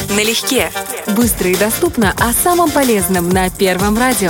Налегке. Быстро и доступно о самом полезном на Первом радио.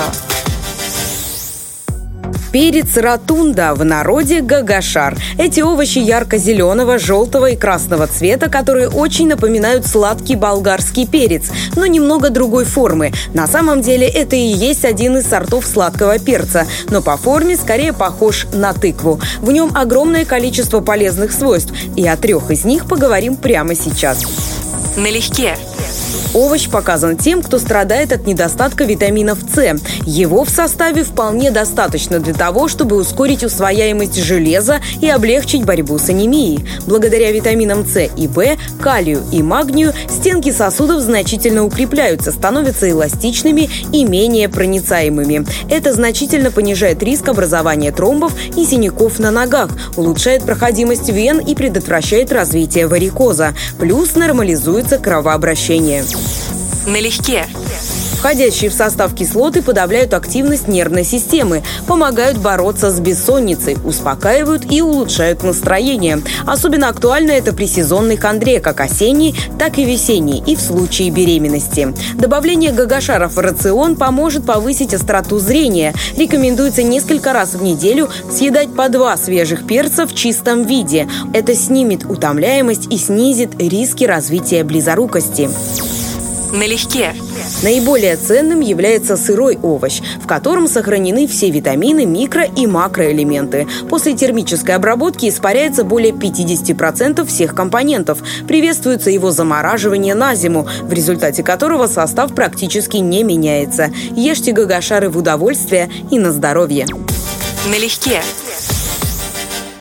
Перец ротунда, в народе гагашар. Эти овощи ярко-зеленого, желтого и красного цвета, которые очень напоминают сладкий болгарский перец, но немного другой формы. На самом деле это и есть один из сортов сладкого перца, но по форме скорее похож на тыкву. В нем огромное количество полезных свойств, и о 3 из них поговорим прямо сейчас. Налегке. Овощ показан тем, кто страдает от недостатка витаминов С. Его в составе вполне достаточно для того, чтобы ускорить усвояемость железа и облегчить борьбу с анемией. Благодаря витаминам С и В, калию и магнию стенки сосудов значительно укрепляются, становятся эластичными и менее проницаемыми. Это значительно понижает риск образования тромбов и синяков на ногах, улучшает проходимость вен и предотвращает развитие варикоза. Плюс нормализуется кровообращение. Налегке. Входящие в состав кислоты подавляют активность нервной системы, помогают бороться с бессонницей, успокаивают и улучшают настроение. Особенно актуально это при сезонной хандре, как осенней, так и весенней, и в случае беременности. Добавление гагашаров в рацион поможет повысить остроту зрения. Рекомендуется несколько раз в неделю съедать по 2 свежих перца в чистом виде. Это снимет утомляемость и снизит риски развития близорукости. Налегке. Наиболее ценным является сырой овощ, в котором сохранены все витамины, микро- и макроэлементы. После термической обработки испаряется более 50% всех компонентов. Приветствуется его замораживание на зиму, в результате которого состав практически не меняется. Ешьте гагашары в удовольствие и на здоровье. Налегке.